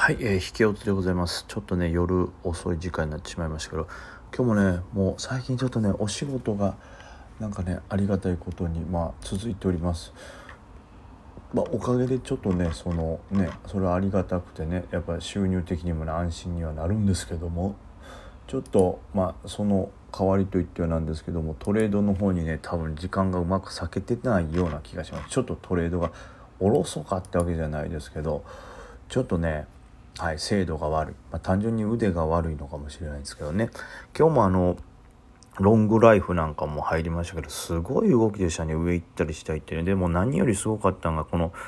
はい、引き落ちでございます。ちょっとね夜遅い時間になってしまいましたけど、今日もねもう最近ちょっとねお仕事がなんかねありがたいことに続いております。おかげでちょっとねそれはありがたくてね、やっぱり収入的にもね安心にはなるんですけども、ちょっとその代わりといってはなんですけども、トレードの方にね多分時間がうまく避けてないような気がします。ちょっとトレードがおろそかったわけじゃないですけど、ちょっとね精度が悪い、単純に腕が悪いのかもしれないですけどね。今日もロングライフなんかも入りましたけど、すごい動きでしたね。上行ったり下行ったり。でも何よりすごかったのがこの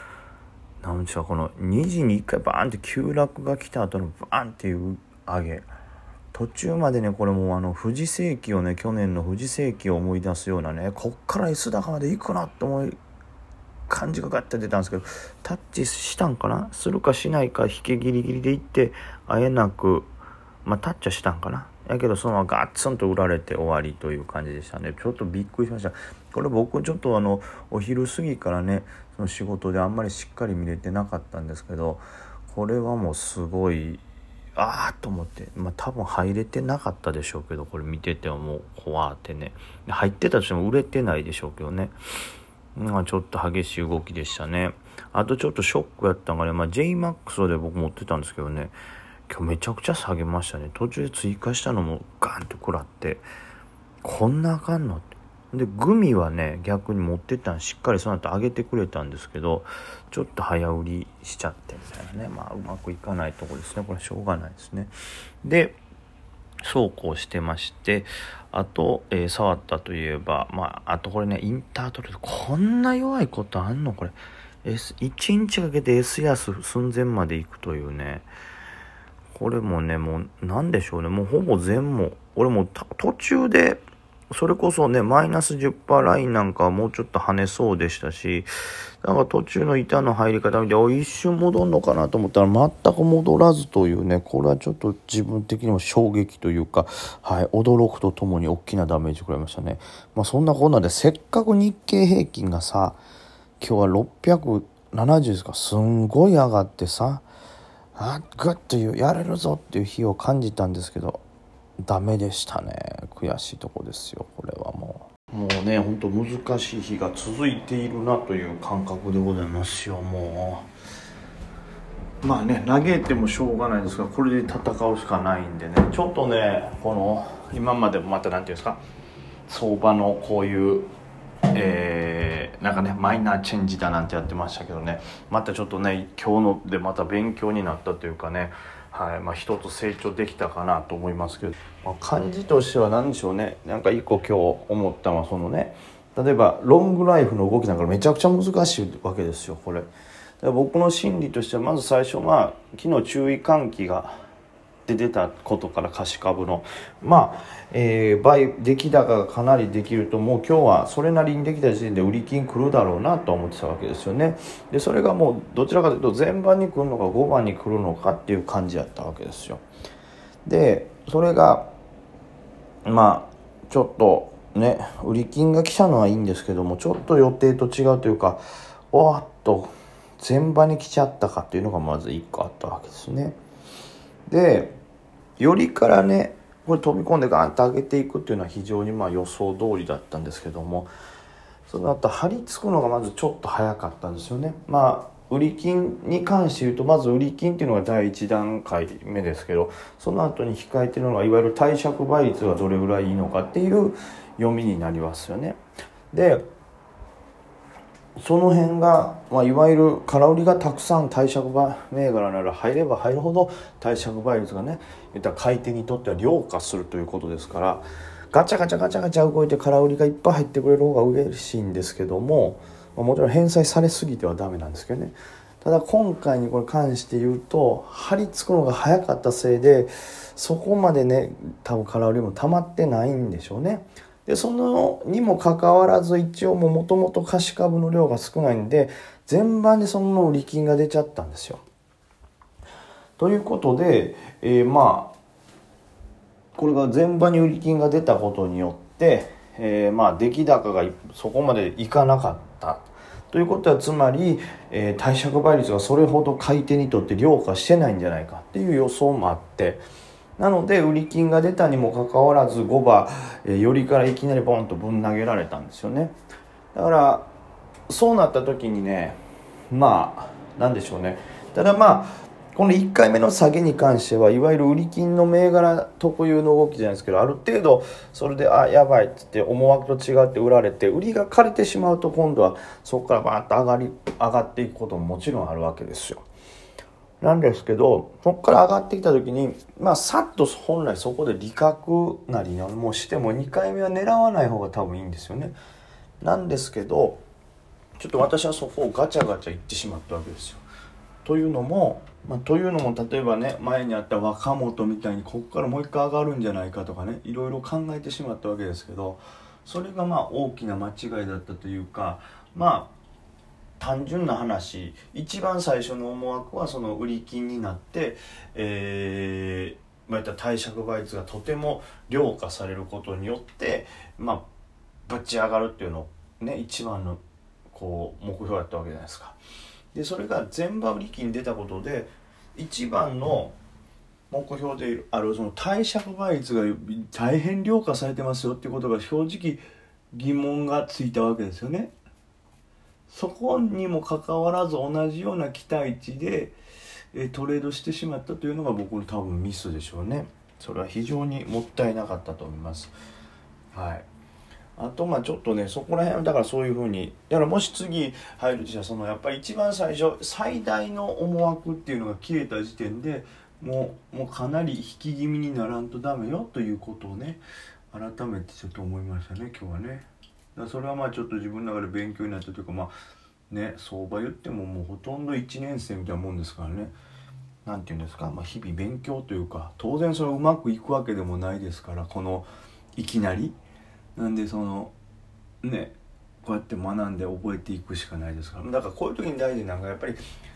2時に1回バーンって急落が来た後のバーンっていう上げ、途中までねこれも富士世紀をね、去年の富士世紀を思い出すようなね、こっから S 高まで行くなって思い感じがガッて出たんですけど、タッチしたんかな、するかしないか引けギリギリでいってあえなくタッチはしたんかな、やけどそのままガッツンと売られて終わりという感じでしたね。ちょっとびっくりしました。これ僕ちょっとお昼過ぎからねその仕事であんまりしっかり見れてなかったんですけど、これはもうすごいと思って、多分入れてなかったでしょうけど、これ見ててはもう怖ってね、入ってたとしても売れてないでしょうけどね。ちょっと激しい動きでしたね。あとちょっとショックやったのがね、JMAX で僕持ってたんですけどね、今日めちゃくちゃ下げましたね。途中で追加したのもガンと食らって、こんなあかんのって。でグミはね逆に持ってったんしっかりその後上げてくれたんですけど、ちょっと早売りしちゃってみたいなね、うまくいかないとこですね。これしょうがないですね。でそうこうしてまして、あと、触ったといえばあとこれね、インタートレードこんな弱いことあんのこれ、1日かけて S 安寸前まで行くというね、これもねもうなんでしょうね、もうほぼ全も俺も途中でそれこそねマイナス 10% ラインなんかはもうちょっと跳ねそうでしたし、なんか途中の板の入り方見て一瞬戻るのかなと思ったら全く戻らずというね、これはちょっと自分的にも衝撃というか、驚くとともに大きなダメージ食らいましたね。そんなこんなでせっかく日経平均がさ今日は670ですか、すんごい上がってさ、グッというやれるぞっていう日を感じたんですけど、ダメでしたね。悔しいとこですよ。これはもうね本当難しい日が続いているなという感覚でございますよ。もう嘆いてもしょうがないですが、これで戦うしかないんでね、ちょっとねこの今までもなんていうんですか、相場のこういうマイナーチェンジだなんてやってましたけどね、またちょっとね今日のでまた勉強になったというかね、一つ成長できたかなと思いますけど、感じとしては何でしょうね。一個今日思ったのは例えばロングライフの動きなんかめちゃくちゃ難しいわけですよこれ。僕の心理としてはまず最初昨日注意喚起が出たことから、貸し株の出来高がかなりできると、もう今日はそれなりにできた時点で売り金来るだろうなと思ってたわけですよね。でそれがもうどちらかというと前番に来るのか5番に来るのかっていう感じやったわけですよ。でそれがちょっとね売り金が来たのはいいんですけども、ちょっと予定と違うというか、前場に来ちゃったかっていうのがまず1個あったわけですね。でよりからねこれ飛び込んでガーンと上げていくっていうのは非常に予想通りだったんですけども、その後張り付くのがまずちょっと早かったんですよね。売り金に関して言うと、まず売り金っていうのが第一段階目ですけど、その後に控えてるのがいわゆる貸借倍率がどれぐらいいいのかっていう読みになりますよね。でその辺が、いわゆる空売りがたくさん貸借銘柄なら入れば入るほど貸借倍率がね買い手にとっては良化するということですから、ガチャガチャガチャガチャ動いて空売りがいっぱい入ってくれる方が嬉しいんですけども、もちろん返済されすぎてはダメなんですけどね。ただ今回にこれ関して言うと張り付くのが早かったせいで、そこまでね多分空売りも溜まってないんでしょうね。でそのにもかかわらず一応もともと貸し株の量が少ないんで全番でその売り金が出ちゃったんですよ。ということで、これが全場に売り金が出たことによって、出来高がそこまでいかなかったということはつまり、貸借倍率がそれほど買い手にとって良化してないんじゃないかっていう予想もあって、なので売り金が出たにもかかわらず5番、寄りからいきなりボンとぶん投げられたんですよね。だからそうなった時にね、なんでしょうね。ただこの1回目の下げに関してはいわゆる売り金の銘柄特有の動きじゃないですけど、ある程度それでやばいっつって思惑と違って売られて売りが枯れてしまうと、今度はそこからバーッと上がっていくことももちろんあるわけですよ。なんですけど、そこから上がってきた時にさっと本来そこで利確なりもしても2回目は狙わない方が多分いいんですよね。なんですけどちょっと私はそこをガチャガチャいってしまったわけですよ。というのも例えばね、前にあった若本みたいにここからもう一回上がるんじゃないかとかね、いろいろ考えてしまったわけですけど、それが大きな間違いだったというか、単純な話、一番最初の思惑はその売り金になって、いった貸借倍率がとても量化されることによってぶち上がるっていうのをね、一番の目標だったわけじゃないですか。でそれが全場売り金出たことで一番の目標であるその貸借倍率が大変量化されてますよっていうことが正直疑問がついたわけですよね。そこにもかかわらず同じような期待値でトレードしてしまったというのが僕の多分ミスでしょうね。それは非常にもったいなかったと思います。はい。あとちょっとね、そこら辺だからそういう風に、だからもし次入るとしたらやっぱり一番最初最大の思惑っていうのが消えた時点でもうかなり引き気味にならんとダメよということをね、改めてちょっと思いましたね、今日はね。だからそれはちょっと自分の中で勉強になったというか、相場言ってももうほとんど1年生みたいなもんですからね。なんていうんですか、日々勉強というか、当然それうまくいくわけでもないですから、このいきなりなんでこうやって学んで覚えていくしかないですから。だからこういう時に大事なのがやっぱり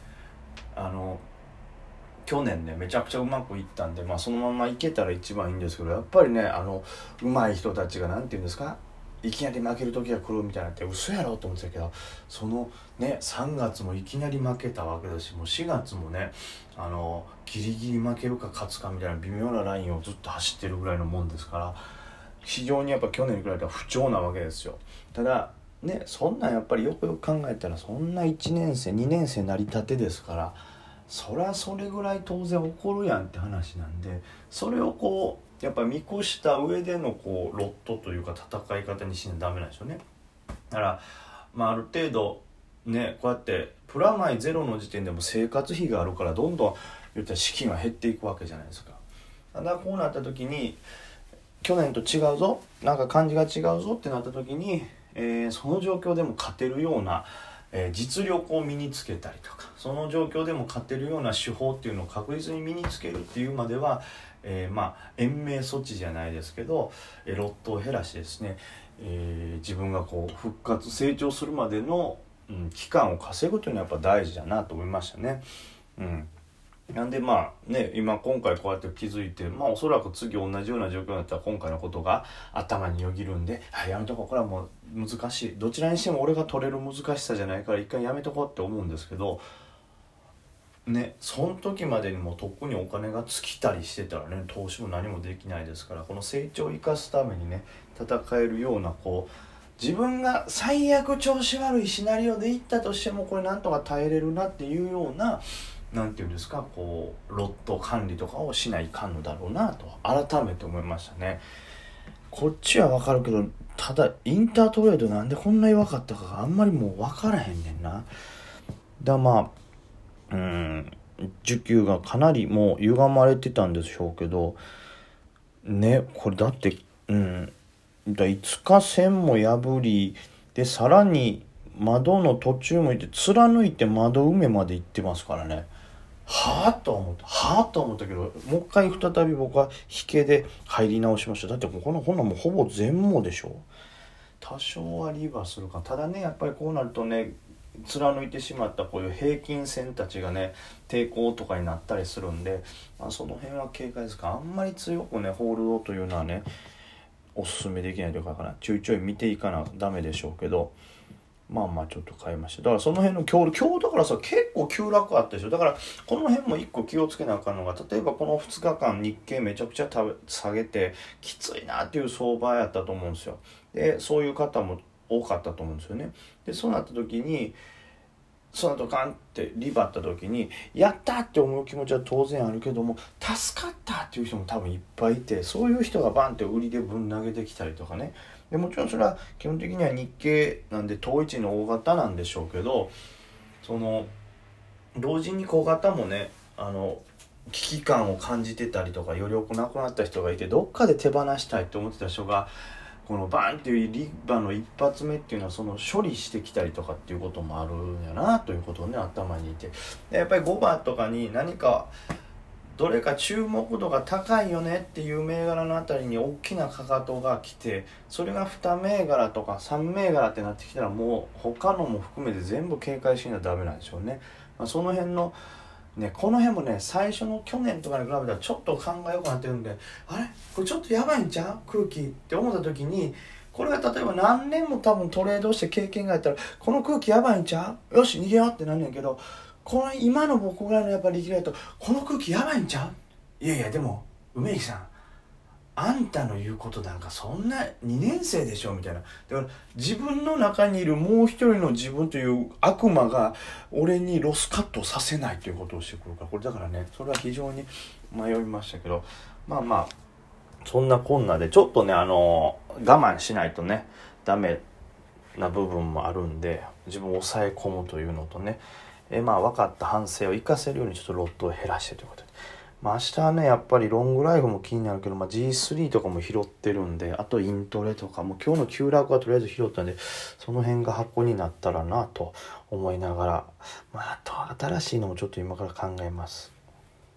去年ねめちゃくちゃうまくいったんで、そのままいけたら一番いいんですけど、やっぱりねうまい人たちがなんていうんですか、いきなり負ける時が来るみたいなって嘘やろと思ってたけど、そのね3月もいきなり負けたわけだし、もう4月もねギリギリ負けるか勝つかみたいな微妙なラインをずっと走ってるぐらいのもんですから、非常にやっぱ去年に比べたら不調なわけですよ。ただね、そんなんやっぱりよくよく考えたらそんな1年生2年生成り立てですから、そりゃそれぐらい当然起こるやんって話なんで、それをやっぱ見越した上でのロットというか戦い方にしないとダメなんですよね。だからある程度ね、こうやってプラマイゼロの時点でも生活費があるからどんどん言ったら資金は減っていくわけじゃないですか。ただこうなった時に去年と違うぞ、なんか感じが違うぞってなった時に、その状況でも勝てるような、実力を身につけたりとか、その状況でも勝てるような手法っていうのを確実に身につけるっていうまでは、延命措置じゃないですけど、ロットを減らしてですね、自分が復活成長するまでの、期間を稼ぐというのはやっぱ大事だなと思いましたね。なんで今回こうやって気づいて、おそらく次同じような状況になったら今回のことが頭によぎるんで、やめとこう、これはもう難しい、どちらにしても俺が取れる難しさじゃないから一回やめとこうって思うんですけどね、その時までにもとっくにお金が尽きたりしてたらね、投資も何もできないですから、この成長を生かすためにね戦えるような自分が最悪調子悪いシナリオでいったとしてもこれなんとか耐えれるなっていうような、なんていうんですか、ロット管理とかをしないかんのだろうなと改めて思いましたね。こっちはわかるけど、ただインタートレードなんでこんな弱かったかがあんまりもうわからへんねんな。需給がかなりもう歪まれてたんでしょうけどね、これだって5日線も破りで、さらに窓の途中も行って貫いて窓埋めまで行ってますからね。はぁと思ったけど、もう一回再び僕は引けで入り直しました。だってこんなんもうほぼ全盲でしょ。多少はリーバーするか。ただね、やっぱりこうなるとね、貫いてしまったこういう平均線たちがね抵抗とかになったりするんで、その辺は警戒ですか。あんまり強くねホールドというのはねおすすめできないというかちょいちょい見ていかなダメでしょうけど、 まあまあちょっと買いました。だからその辺の今日だからさ、結構急落あったでしょ。だからこの辺も一個気をつけなあかんのが、例えばこの2日間日経めちゃくちゃ下げてきついなっていう相場やったと思うんですよ。でそういう方も多かったと思うんですよね。でそうなった時に、その後ガンってリバった時にやったって思う気持ちは当然あるけども、助かったっていう人も多分いっぱいいて、そういう人がバンって売りでぶん投げてきたりとかね。でもちろんそれは基本的には日経なんで統一の大型なんでしょうけど、その同時に小型もね、危機感を感じてたりとか、余力なくなった人がいて、どっかで手放したいって思ってた人がこのバーンっていうリバの一発目っていうのはその処理してきたりとかっていうこともあるんやなということをね、頭にいて、でやっぱり5番とかに何かどれか注目度が高いよねっていう銘柄のあたりに大きなかかとが来て、それが2銘柄とか3銘柄ってなってきたら、もう他のも含めて全部警戒しないとダメなんでしょうね。その辺のね、この辺もね、最初の去年とかに比べたらちょっと考えよくなってるんで、あれこれちょっとやばいんちゃう空気って思った時に、これが例えば何年も多分トレードして経験があったら、この空気やばいんちゃう、よし逃げようってなんねんけど、この今の僕ぐらいのやっぱり力だと、この空気やばいんちゃう、いやいやでも梅木さん、あんたの言うことなんかそんな2年生でしょみたいな。だから自分の中にいるもう一人の自分という悪魔が俺にロスカットさせないということをしてくるから、これだからね、それは非常に迷いましたけど、まあまあそんなこんなでちょっとね、我慢しないとねダメな部分もあるんで、自分を抑え込むというのとね、まあ分かった反省を生かせるようにちょっとロットを減らしてということで、まあ明日はねやっぱりロングライフも気になるけど、G3 とかも拾ってるんで、あとイントレとかも今日の急落はとりあえず拾ったんで、その辺が箱になったらなと思いながら、あと新しいのもちょっと今から考えます。